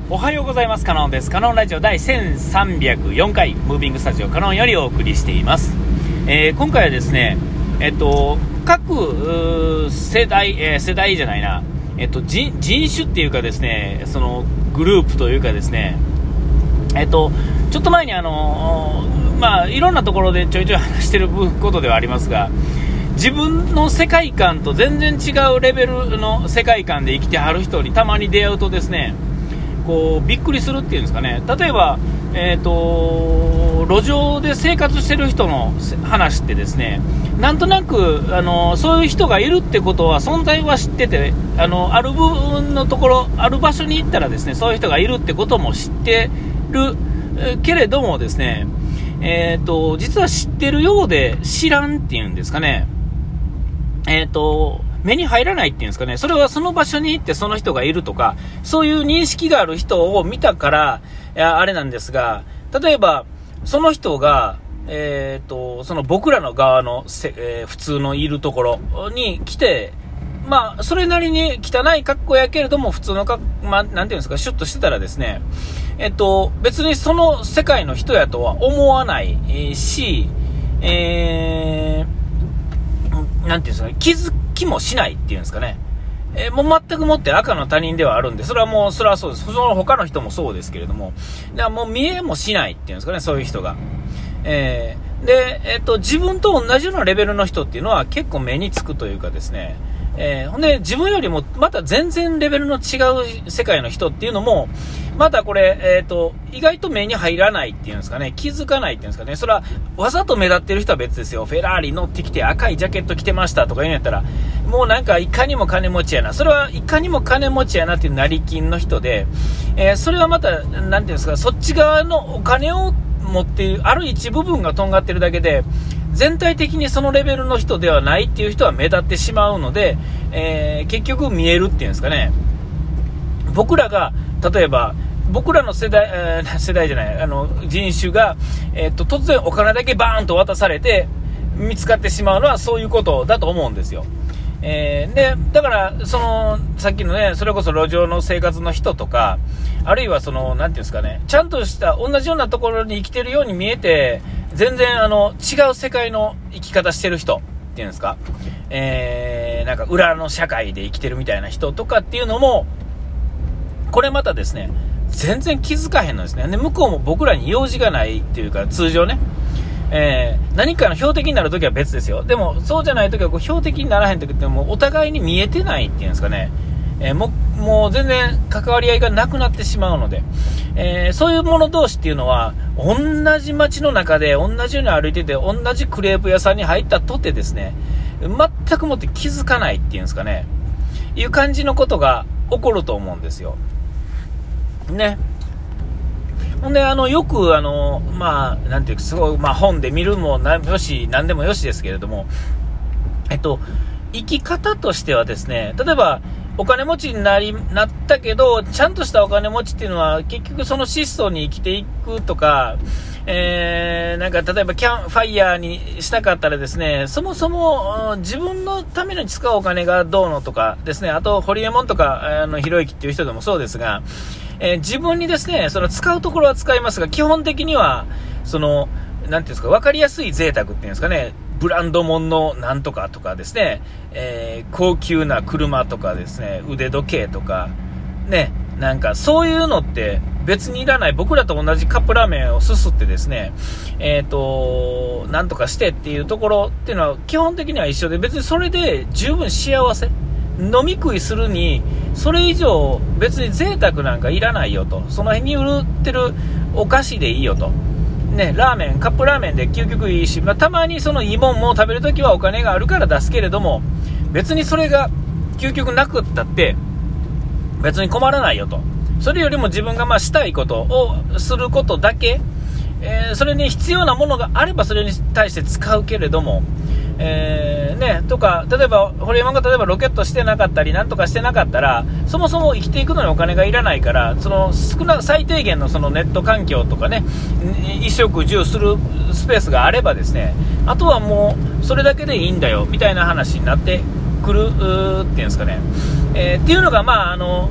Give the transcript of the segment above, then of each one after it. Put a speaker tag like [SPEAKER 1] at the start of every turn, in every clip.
[SPEAKER 1] おはようございます。カノンです。カノンラジオ第1304回ムービングスタジオカノンよりお送りしています。今回はですね、各世代じゃないな、人種っていうかですね、そのグループというかですね、ちょっと前にいろんなところでちょいちょい話してることではありますが、自分の世界観と全然違うレベルの世界観で生きてはる人にたまに出会うとですね、こうびっくりするっていうんですかね。例えば、路上で生活してる人の話ってですね、なんとなくそういう人がいるってことは存在は知ってて、ある部分のところ、ある場所に行ったらですね、そういう人がいるってことも知ってるけれどもですね、実は知ってるようで知らんっていうんですかね。目に入らないっていうんですかね。それはその場所に行ってその人がいるとか、そういう認識がある人を見たからあれなんですが、例えばその人が、その僕らの側の普通のいるところに来て、それなりに汚い格好やけれども普通のなんていうんですか、シュッとしてたらですね、別にその世界の人やとは思わないし、なんていうんですかね、気づきもしないっていうんですかね。もう全くもって赤の他人ではあるんで、それはそうです。その他の人もそうですけれども、だからもう見えもしないっていうんですかね、そういう人が。で、自分と同じようなレベルの人っていうのは結構目につくというかですね、ほんで自分よりもまた全然レベルの違う世界の人っていうのもまたこれ、意外と目に入らないっていうんですかね、気づかないっていうんですかね。それはわざと目立ってる人は別ですよ。フェラーリ乗ってきて赤いジャケット着てましたとか言うんやったら、もうなんかいかにも金持ちやな、それはいかにも金持ちやなっていう成金の人で、それはまたなんていうんですか、そっち側のお金を持っているある一部分がとんがってるだけで、全体的にそのレベルの人ではないっていう人は目立ってしまうので、結局見えるっていうんですかね。僕らが例えば僕らの世代じゃない人種が、突然お金だけバーンと渡されて見つかってしまうのはそういうことだと思うんですよ。でだからさっきのね、それこそ路上の生活の人とか、あるいはなんていうんですかね、ちゃんとした同じようなところに生きてるように見えて全然違う世界の生き方してる人っていうんですか、なんか裏の社会で生きてるみたいな人とかっていうのも、これまたですね、全然気づかへんのですね。で向こうも僕らに用事がないっていうか、通常ね、何かの標的になるときは別ですよ。でもそうじゃないときは標的にならへんときってもうお互いに見えてないっていうんですかね、もう全然関わり合いがなくなってしまうので、そういう者同士っていうのは同じ街の中で同じように歩いてて同じクレープ屋さんに入ったとてですね、全くもって気づかないっていうんですかね、いう感じのことが起こると思うんですよね。ほんでよくなんていうか、すごい本で見るもよし何でもよしですけれども、生き方としてはですね、例えばお金持ちになったけど、ちゃんとしたお金持ちっていうのは結局その質素に生きていくとか、なんか例えばファイヤーにしたかったらですね、そもそも自分のために使うお金がどうのとかですね、あとホリエモンとかひろゆきっていう人でもそうですが、自分にですね、使うところは使いますが、基本的にはなんていうんですか、分かりやすい贅沢っていうんですかね、ブランド物のなんとかとかですね、高級な車とかですね、腕時計とかね、なんかそういうのって別にいらない。僕らと同じカップラーメンをすすってですね、なんとかしてっていうところっていうのは基本的には一緒で、別にそれで十分幸せ。飲み食いするにそれ以上別に贅沢なんかいらないよと、その辺に売ってるお菓子でいいよとね、カップラーメンで究極いいし、たまにそのいいもんも食べるときはお金があるから出すけれども、別にそれが究極なくったって別に困らないよと。それよりも自分がしたいことをすることだけ、それに必要なものがあればそれに対して使うけれども、とか、例えばホリエモンがロケットしてなかったりなんとかしてなかったら、そもそも生きていくのにお金がいらないから、最低限のネット環境とかね、衣食住するスペースがあればですね、あとはもうそれだけでいいんだよみたいな話になってくるっていうんですかね、っていうのが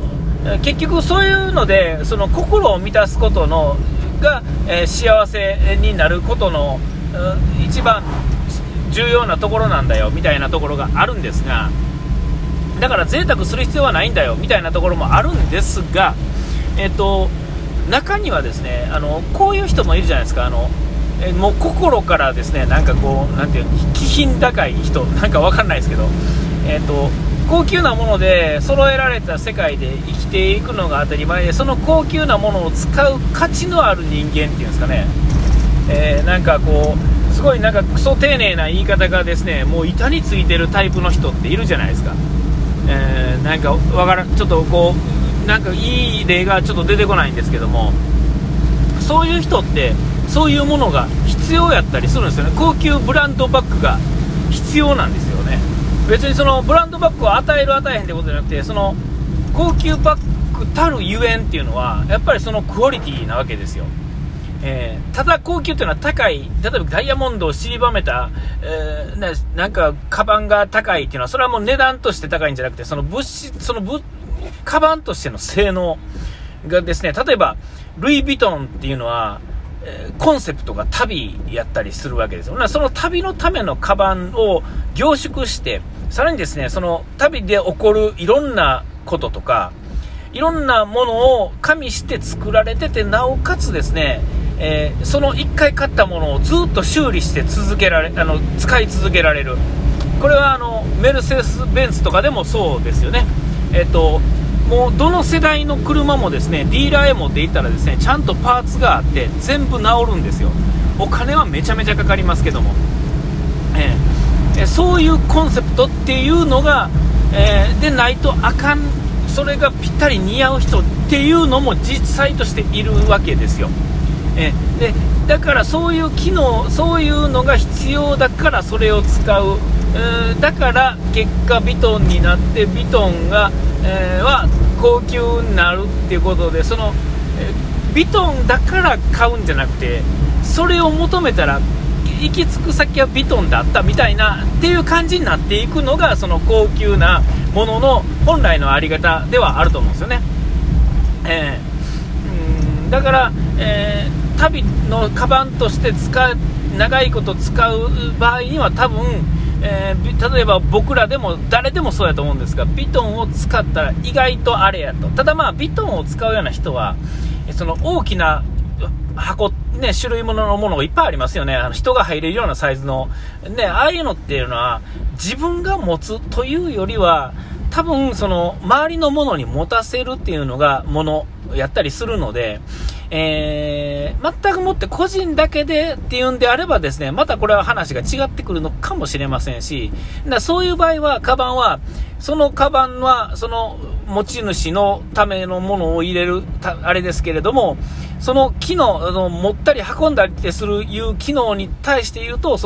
[SPEAKER 1] 結局そういうのでその心を満たすことのが、幸せになることの一番重要なところなんだよみたいなところがあるんですが、だから贅沢する必要はないんだよみたいなところもあるんですが、中にはですね、こういう人もいるじゃないですか。もう心からですね、なんかこう、なんていう気品高い人、なんかわかんないですけど、高級なもので揃えられた世界で生きていくのが当たり前で、その高級なものを使う価値のある人間っていうんですかね、なんかこうすごいなんかクソ丁寧な言い方がですね、もう板についてるタイプの人っているじゃないですか。なんかちょっとこうなんかいい例がちょっと出てこないんですけども、そういう人ってそういうものが必要やったりするんですよね。高級ブランドバッグが必要なんですよね。別にそのブランドバッグを与える与えへんってことじゃなくて、その高級バッグたるゆえんっていうのはやっぱりそのクオリティなわけですよ。ただ高級っていうのは高い、例えばダイヤモンドを散りばめた、なんかカバンが高いっていうのは、それはもう値段として高いんじゃなくて、そのカバンとしての性能がですね、例えばルイ・ヴィトンっていうのは、コンセプトが旅やったりするわけですよ。その旅のためのカバンを凝縮して、さらにですね、その旅で起こるいろんなこととか、いろんなものを加味して作られてて、なおかつですね、その1回買ったものをずっと修理して使い続けられる。これはメルセデス・ベンツとかでもそうですよね。もうどの世代の車もですね、ディーラーへ持って行ったらですね、ちゃんとパーツがあって全部直るんですよ。お金はめちゃめちゃかかりますけども、そういうコンセプトっていうのが、でないとあかん、それがぴったり似合う人っていうのも実際としているわけですよ。でだからそういう機能、そういうのが必要だからそれを使う、だから結果ヴィトンになって、ヴィトンが、は高級になるっていうことで、その、ヴィトンだから買うんじゃなくて、それを求めたら行き着く先はヴィトンだったみたいなっていう感じになっていくのが、その高級なものの本来のあり方ではあると思うんですよね。だから、旅のカバンとして長いこと使う場合には多分、例えば僕らでも誰でもそうやと思うんですが、ヴィトンを使ったら意外とあれやと。ただまあヴィトンを使うような人はその大きな箱、ね、種類物のものがいっぱいありますよね。人が入れるようなサイズの、ね、ああいうのっていうのは自分が持つというよりは、多分その周りのものに持たせるっていうのがものやったりするので、全くもって個人だけでっていうんであればですね、またこれは話が違ってくるのかもしれませんし、そういう場合はカバンはその持ち主のためのものを入れるあれですけれども、その機能、持ったり運んだりってするいう機能に対して言うと、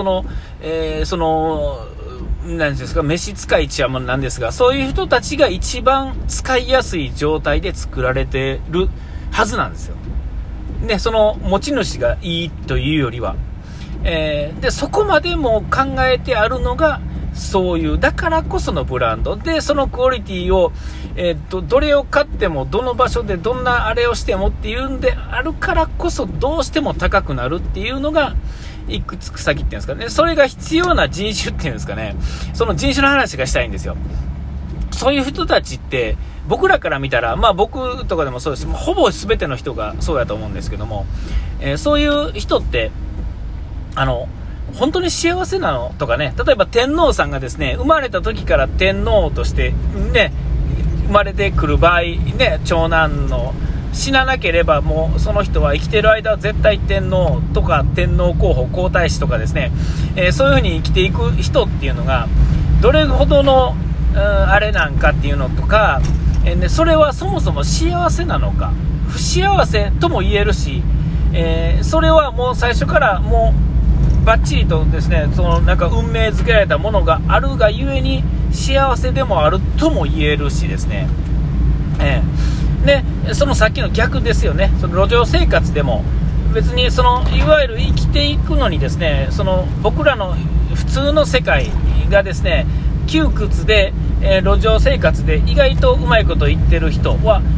[SPEAKER 1] 何ですか、召使いはなんですが、そういう人たちが一番使いやすい状態で作られてるはずなんですよ。で、その持ち主がいいというよりは、でそこまでも考えてあるのがそういう、だからこそのブランドで、そのクオリティを、どれを買ってもどの場所でどんなあれをしてもっていうんであるからこそ、どうしても高くなるっていうのがいくつく先っていうんですかね。それが必要な人種っていうんですかね。その人種の話がしたいんですよ。そういう人たちって僕らから見たら、まあ僕とかでもそうです。ほぼ全ての人がそうやと思うんですけども、そういう人って本当に幸せなのとかね、例えば天皇さんがですね、生まれた時から天皇としてね、生まれてくる場合ね、長男の死ななければもうその人は生きてる間は絶対天皇とか天皇候補皇太子とかですね、そういう風に生きていく人っていうのがどれほどのあれなんかっていうのとか、それはそもそも幸せなのか不幸せとも言えるし、それはもう最初からもうバッチリとですね、なんか運命づけられたものがあるがゆえに幸せでもあるとも言えるしですね、でそのさっきの逆ですよね。その路上生活でも別にいわゆる生きていくのにですね、僕らの普通の世界がですね、窮屈で、路上生活で意外とうまいこと言ってる人は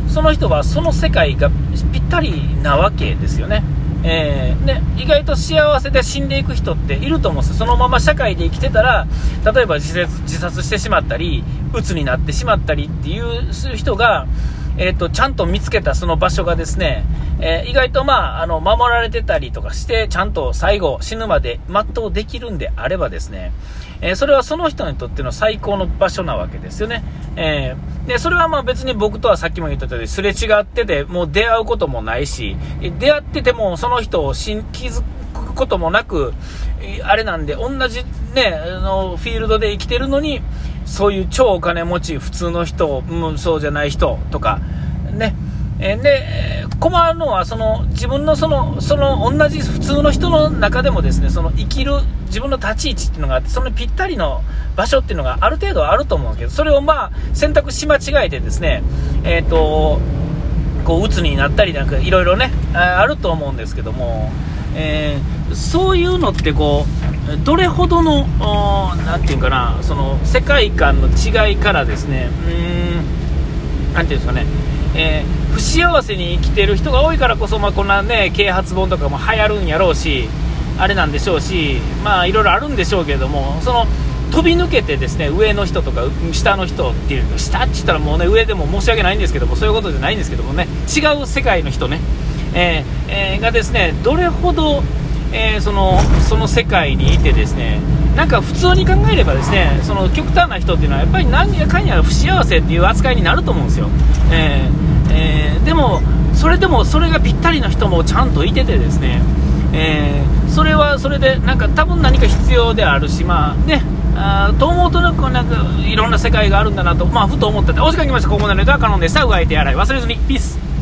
[SPEAKER 1] その人はその世界がぴったりなわけですよね。で意外と幸せで死んでいく人っていると思うんですよ。そのまま社会で生きてたら、例えば自殺してしまったり、鬱になってしまったりっていう人が、ちゃんと見つけたその場所がですね、意外と守られてたりとかして、ちゃんと最後死ぬまで全うできるんであればですね、それはその人にとっての最高の場所なわけですよね。でそれは別に僕とはさっきも言った通りすれ違ってて、もう出会うこともないし、出会っててもその人を気づくこともなく、あれなんで、同じねフィールドで生きてるのに、そういう超お金持ち、普通の人、そうじゃない人とかね、で困るのは自分のその同じ普通の人の中でもですね、その生きる自分の立ち位置っていうのがあって、そのぴったりの場所っていうのがある程度あると思うんですけど、それを選択し間違えてですね、こう鬱になったりなんかいろいろねあると思うんですけども、そういうのってどれほどのなんていうかな、その世界観の違いからですね、なんていうんですかね、不幸せに生きてる人が多いからこそ、こんなね啓発本とかも流行るんやろうし、あれなんでしょうし、いろいろあるんでしょうけれども、その飛び抜けてですね、上の人とか下の人っていう、下って言ったらもうね上でも申し訳ないんですけども、そういうことじゃないんですけどもね、違う世界の人ね、がですね、どれほど、その世界にいてですね、なんか普通に考えればですね、その極端な人っていうのはやっぱり何やかんや不幸せっていう扱いになると思うんですよ。でもそれがぴったりの人もちゃんといててですね、それはそれでなんか多分何か必要であるし、と思うとなんかいろんな世界があるんだなと、ふと思ってて、お時間来ました。ここまでのネタはカノンでした。うがい手洗い忘れずに。ピース。